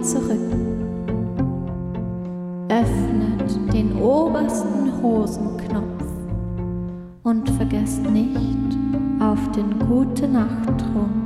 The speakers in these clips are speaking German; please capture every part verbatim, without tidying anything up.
zurück, öffnet den obersten Hosenknopf und vergesst nicht auf den Gute-Nacht-Trunk.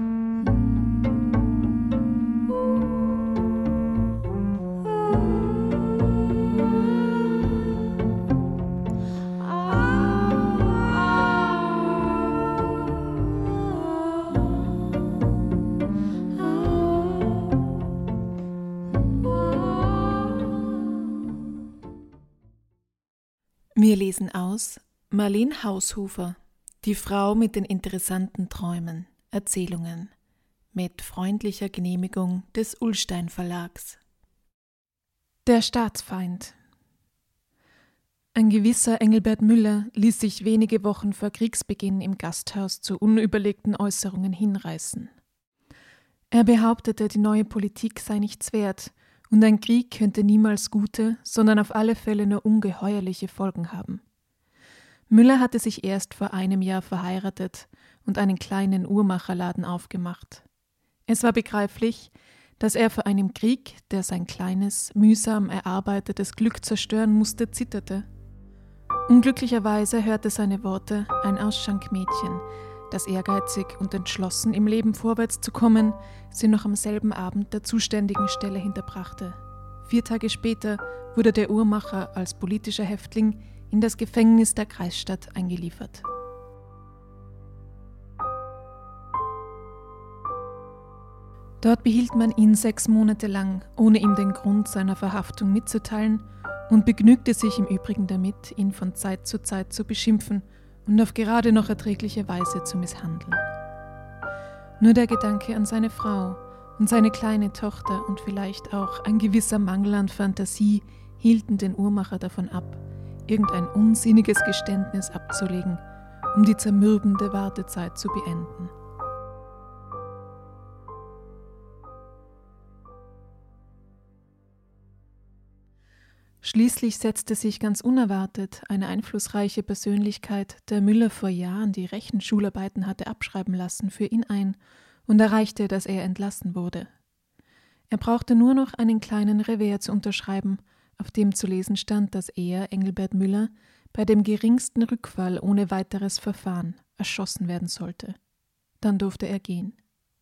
Wir lesen aus Marleen Haushofer, die Frau mit den interessanten Träumen, Erzählungen, mit freundlicher Genehmigung des Ullstein Verlags. Der Staatsfeind. Ein gewisser Engelbert Müller ließ sich wenige Wochen vor Kriegsbeginn im Gasthaus zu unüberlegten Äußerungen hinreißen. Er behauptete, die neue Politik sei nichts wert und ein Krieg könnte niemals gute, sondern auf alle Fälle nur ungeheuerliche Folgen haben. Müller hatte sich erst vor einem Jahr verheiratet und einen kleinen Uhrmacherladen aufgemacht. Es war begreiflich, dass er vor einem Krieg, der sein kleines, mühsam erarbeitetes Glück zerstören musste, zitterte. Unglücklicherweise hörte seine Worte ein Ausschankmädchen, das ehrgeizig und entschlossen im Leben vorwärts zu kommen, sie noch am selben Abend der zuständigen Stelle hinterbrachte. Vier Tage später wurde der Uhrmacher als politischer Häftling in das Gefängnis der Kreisstadt eingeliefert. Dort behielt man ihn sechs Monate lang, ohne ihm den Grund seiner Verhaftung mitzuteilen, und begnügte sich im Übrigen damit, ihn von Zeit zu Zeit zu beschimpfen und auf gerade noch erträgliche Weise zu misshandeln. Nur der Gedanke an seine Frau und seine kleine Tochter und vielleicht auch ein gewisser Mangel an Fantasie hielten den Uhrmacher davon ab, irgendein unsinniges Geständnis abzulegen, um die zermürbende Wartezeit zu beenden. Schließlich setzte sich ganz unerwartet eine einflussreiche Persönlichkeit, der Müller vor Jahren die Rechenschularbeiten hatte abschreiben lassen, für ihn ein und erreichte, dass er entlassen wurde. Er brauchte nur noch einen kleinen Revers zu unterschreiben, auf dem zu lesen stand, dass er, Engelbert Müller, bei dem geringsten Rückfall ohne weiteres Verfahren erschossen werden sollte. Dann durfte er gehen.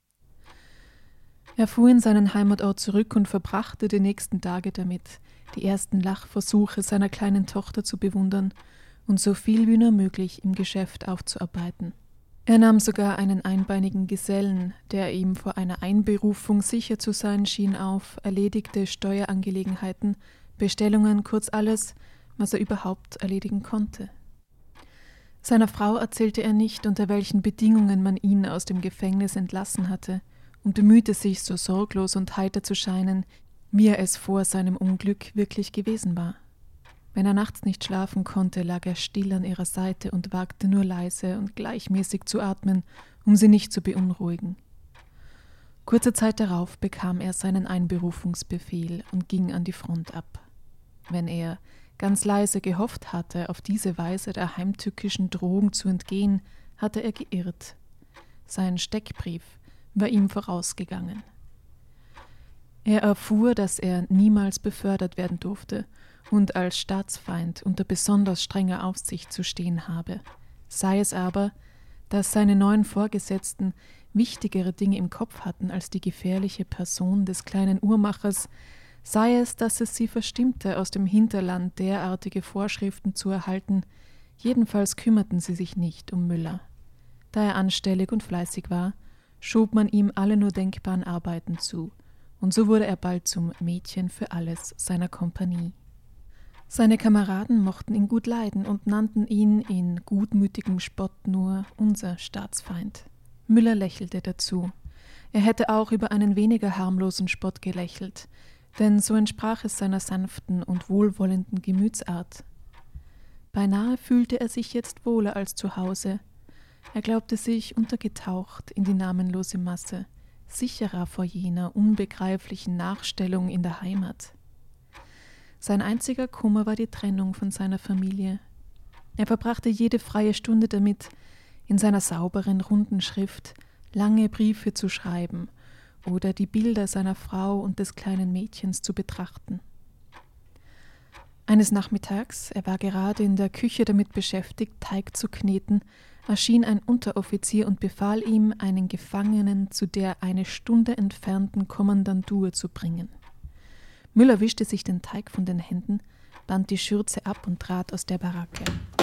Er fuhr in seinen Heimatort zurück und verbrachte die nächsten Tage damit, die ersten Lachversuche seiner kleinen Tochter zu bewundern und so viel wie nur möglich im Geschäft aufzuarbeiten. Er nahm sogar einen einbeinigen Gesellen, der ihm vor einer Einberufung sicher zu sein schien, auf, erledigte Steuerangelegenheiten, Bestellungen, kurz alles, was er überhaupt erledigen konnte. Seiner Frau erzählte er nicht, unter welchen Bedingungen man ihn aus dem Gefängnis entlassen hatte, und bemühte sich, so sorglos und heiter zu scheinen, wie er es vor seinem Unglück wirklich gewesen war. Wenn er nachts nicht schlafen konnte, lag er still an ihrer Seite und wagte nur leise und gleichmäßig zu atmen, um sie nicht zu beunruhigen. Kurze Zeit darauf bekam er seinen Einberufungsbefehl und ging an die Front ab. Wenn er ganz leise gehofft hatte, auf diese Weise der heimtückischen Drohung zu entgehen, hatte er geirrt. Sein Steckbrief war ihm vorausgegangen. Er erfuhr, dass er niemals befördert werden durfte und als Staatsfeind unter besonders strenger Aufsicht zu stehen habe. Sei es aber, dass seine neuen Vorgesetzten wichtigere Dinge im Kopf hatten als die gefährliche Person des kleinen Uhrmachers, sei es, dass es sie verstimmte, aus dem Hinterland derartige Vorschriften zu erhalten, jedenfalls kümmerten sie sich nicht um Müller. Da er anstellig und fleißig war, schob man ihm alle nur denkbaren Arbeiten zu, und so wurde er bald zum Mädchen für alles seiner Kompanie. Seine Kameraden mochten ihn gut leiden und nannten ihn in gutmütigem Spott nur unser Staatsfeind. Müller lächelte dazu. Er hätte auch über einen weniger harmlosen Spott gelächelt, denn so entsprach es seiner sanften und wohlwollenden Gemütsart. Beinahe fühlte er sich jetzt wohler als zu Hause. Er glaubte sich untergetaucht in die namenlose Masse, sicherer vor jener unbegreiflichen Nachstellung in der Heimat. Sein einziger Kummer war die Trennung von seiner Familie. Er verbrachte jede freie Stunde damit, in seiner sauberen, runden Schrift lange Briefe zu schreiben oder die Bilder seiner Frau und des kleinen Mädchens zu betrachten. Eines Nachmittags, er war gerade in der Küche damit beschäftigt, Teig zu kneten, erschien ein Unteroffizier und befahl ihm, einen Gefangenen zu der eine Stunde entfernten Kommandantur zu bringen. Müller wischte sich den Teig von den Händen, band die Schürze ab und trat aus der Baracke.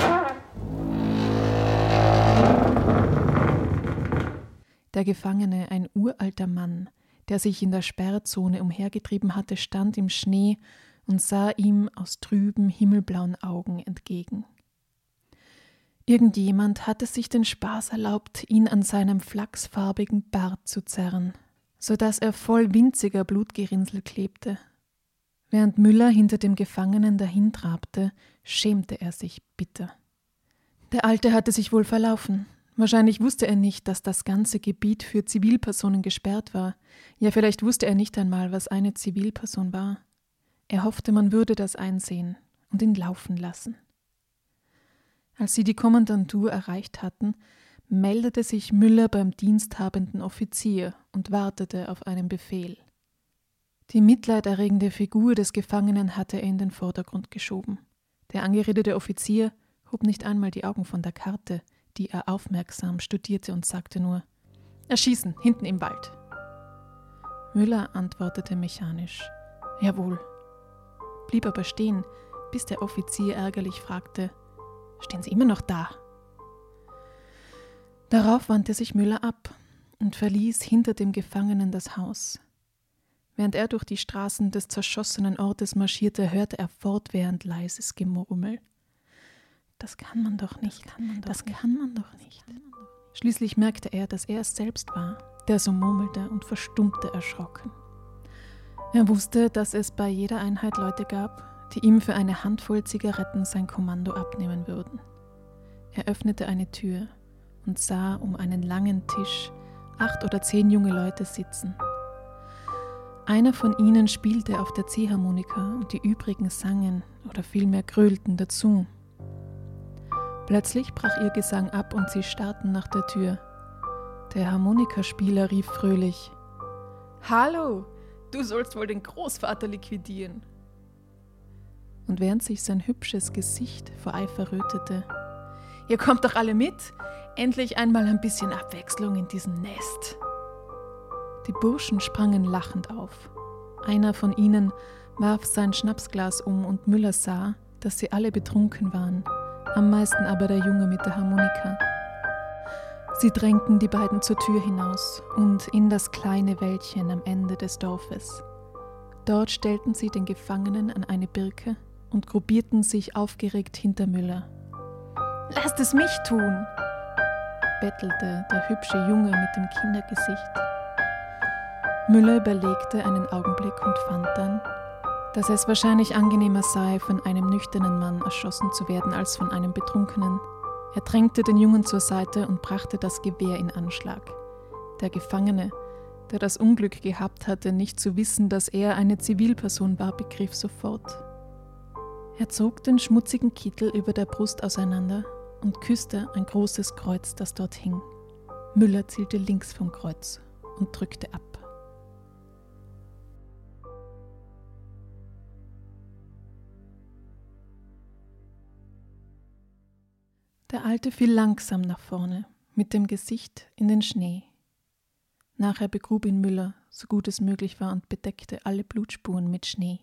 Der Gefangene, ein uralter Mann, der sich in der Sperrzone umhergetrieben hatte, stand im Schnee und sah ihm aus trüben, himmelblauen Augen entgegen. Irgendjemand hatte sich den Spaß erlaubt, ihn an seinem flachsfarbigen Bart zu zerren, so dass er voll winziger Blutgerinnsel klebte. Während Müller hinter dem Gefangenen dahintrabte, schämte er sich bitter. Der Alte hatte sich wohl verlaufen. Wahrscheinlich wusste er nicht, dass das ganze Gebiet für Zivilpersonen gesperrt war. Ja, vielleicht wusste er nicht einmal, was eine Zivilperson war. Er hoffte, man würde das einsehen und ihn laufen lassen. Als sie die Kommandantur erreicht hatten, meldete sich Müller beim diensthabenden Offizier und wartete auf einen Befehl. Die mitleiderregende Figur des Gefangenen hatte er in den Vordergrund geschoben. Der angeredete Offizier hob nicht einmal die Augen von der Karte, die er aufmerksam studierte, und sagte nur: »Erschießen, hinten im Wald.« Müller antwortete mechanisch: »Jawohl«, blieb aber stehen, bis der Offizier ärgerlich fragte: »Stehen Sie immer noch da?« Darauf wandte sich Müller ab und verließ hinter dem Gefangenen das Haus. Während er durch die Straßen des zerschossenen Ortes marschierte, hörte er fortwährend leises Gemurmel. »Das kann man doch nicht, das kann man doch, das nicht. Kann man doch nicht.« Schließlich merkte er, dass er es selbst war, der so murmelte, und verstummte erschrocken. Er wusste, dass es bei jeder Einheit Leute gab, die ihm für eine Handvoll Zigaretten sein Kommando abnehmen würden. Er öffnete eine Tür und sah um einen langen Tisch acht oder zehn junge Leute sitzen. Einer von ihnen spielte auf der Ziehharmonika und die übrigen sangen oder vielmehr gröhlten dazu. Plötzlich brach ihr Gesang ab und sie starrten nach der Tür. Der Harmonikaspieler rief fröhlich: »Hallo, du sollst wohl den Großvater liquidieren!« Und während sich sein hübsches Gesicht vor Eifer rötete: »Ihr kommt doch alle mit! Endlich einmal ein bisschen Abwechslung in diesem Nest!« Die Burschen sprangen lachend auf. Einer von ihnen warf sein Schnapsglas um und Müller sah, dass sie alle betrunken waren, am meisten aber der Junge mit der Harmonika. Sie drängten die beiden zur Tür hinaus und in das kleine Wäldchen am Ende des Dorfes. Dort stellten sie den Gefangenen an eine Birke und gruppierten sich aufgeregt hinter Müller. »Lasst es mich tun!« bettelte der hübsche Junge mit dem Kindergesicht. Müller überlegte einen Augenblick und fand dann, dass es wahrscheinlich angenehmer sei, von einem nüchternen Mann erschossen zu werden, als von einem Betrunkenen. Er drängte den Jungen zur Seite und brachte das Gewehr in Anschlag. Der Gefangene, der das Unglück gehabt hatte, nicht zu wissen, dass er eine Zivilperson war, begriff sofort. Er zog den schmutzigen Kittel über der Brust auseinander und küsste ein großes Kreuz, das dort hing. Müller zielte links vom Kreuz und drückte ab. Der Alte fiel langsam nach vorne, mit dem Gesicht in den Schnee. Nachher begrub ihn Müller, so gut es möglich war, und bedeckte alle Blutspuren mit Schnee.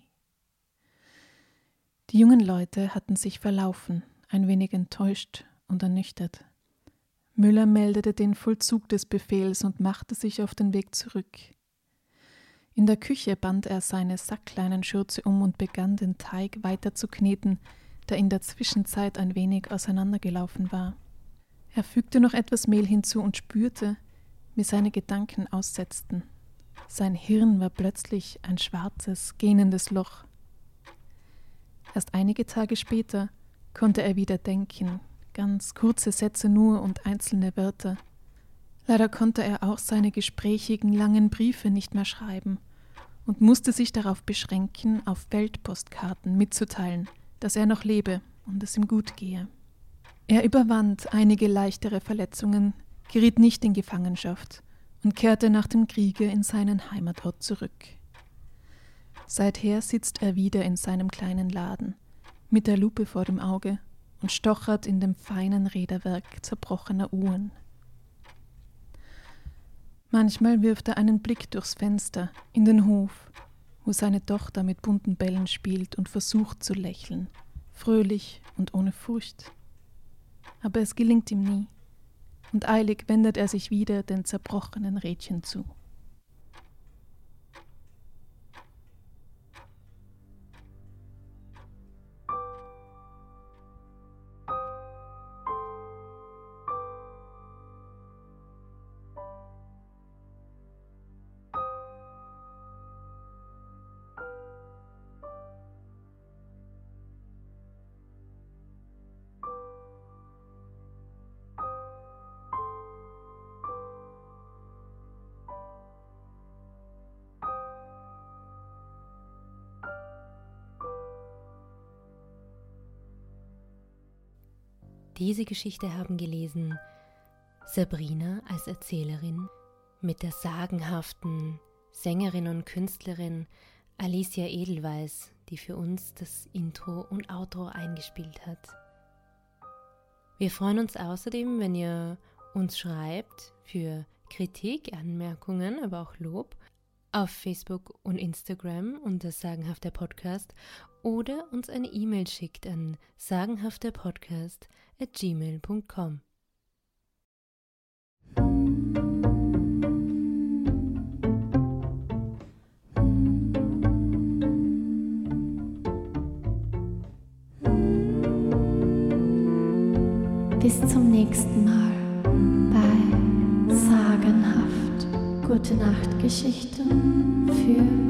Die jungen Leute hatten sich verlaufen, ein wenig enttäuscht und ernüchtert. Müller meldete den Vollzug des Befehls und machte sich auf den Weg zurück. In der Küche band er seine Sackleinenschürze um und begann, den Teig weiter zu kneten, der in der Zwischenzeit ein wenig auseinandergelaufen war. Er fügte noch etwas Mehl hinzu und spürte, wie seine Gedanken aussetzten. Sein Hirn war plötzlich ein schwarzes, gähnendes Loch. Erst einige Tage später konnte er wieder denken, ganz kurze Sätze nur und einzelne Wörter. Leider konnte er auch seine gesprächigen, langen Briefe nicht mehr schreiben und musste sich darauf beschränken, auf Feldpostkarten mitzuteilen, dass er noch lebe und es ihm gut gehe. Er überwand einige leichtere Verletzungen, geriet nicht in Gefangenschaft und kehrte nach dem Kriege in seinen Heimatort zurück. Seither sitzt er wieder in seinem kleinen Laden, mit der Lupe vor dem Auge und stochert in dem feinen Räderwerk zerbrochener Uhren. Manchmal wirft er einen Blick durchs Fenster in den Hof, wo seine Tochter mit bunten Bällen spielt und versucht zu lächeln, fröhlich und ohne Furcht. Aber es gelingt ihm nie, und eilig wendet er sich wieder den zerbrochenen Rädchen zu. Diese Geschichte haben gelesen Sabrina als Erzählerin mit der sagenhaften Sängerin und Künstlerin Alicia Edelweiss, die für uns das Intro und Outro eingespielt hat. Wir freuen uns außerdem, wenn ihr uns schreibt für Kritik, Anmerkungen, aber auch Lob auf Facebook und Instagram unter sagenhafter Podcast oder uns eine E-Mail schickt an sagenhafterpodcast at gmail punkt com. Bis zum nächsten Mal bei Sagenhaft. Gute Nacht Geschichten für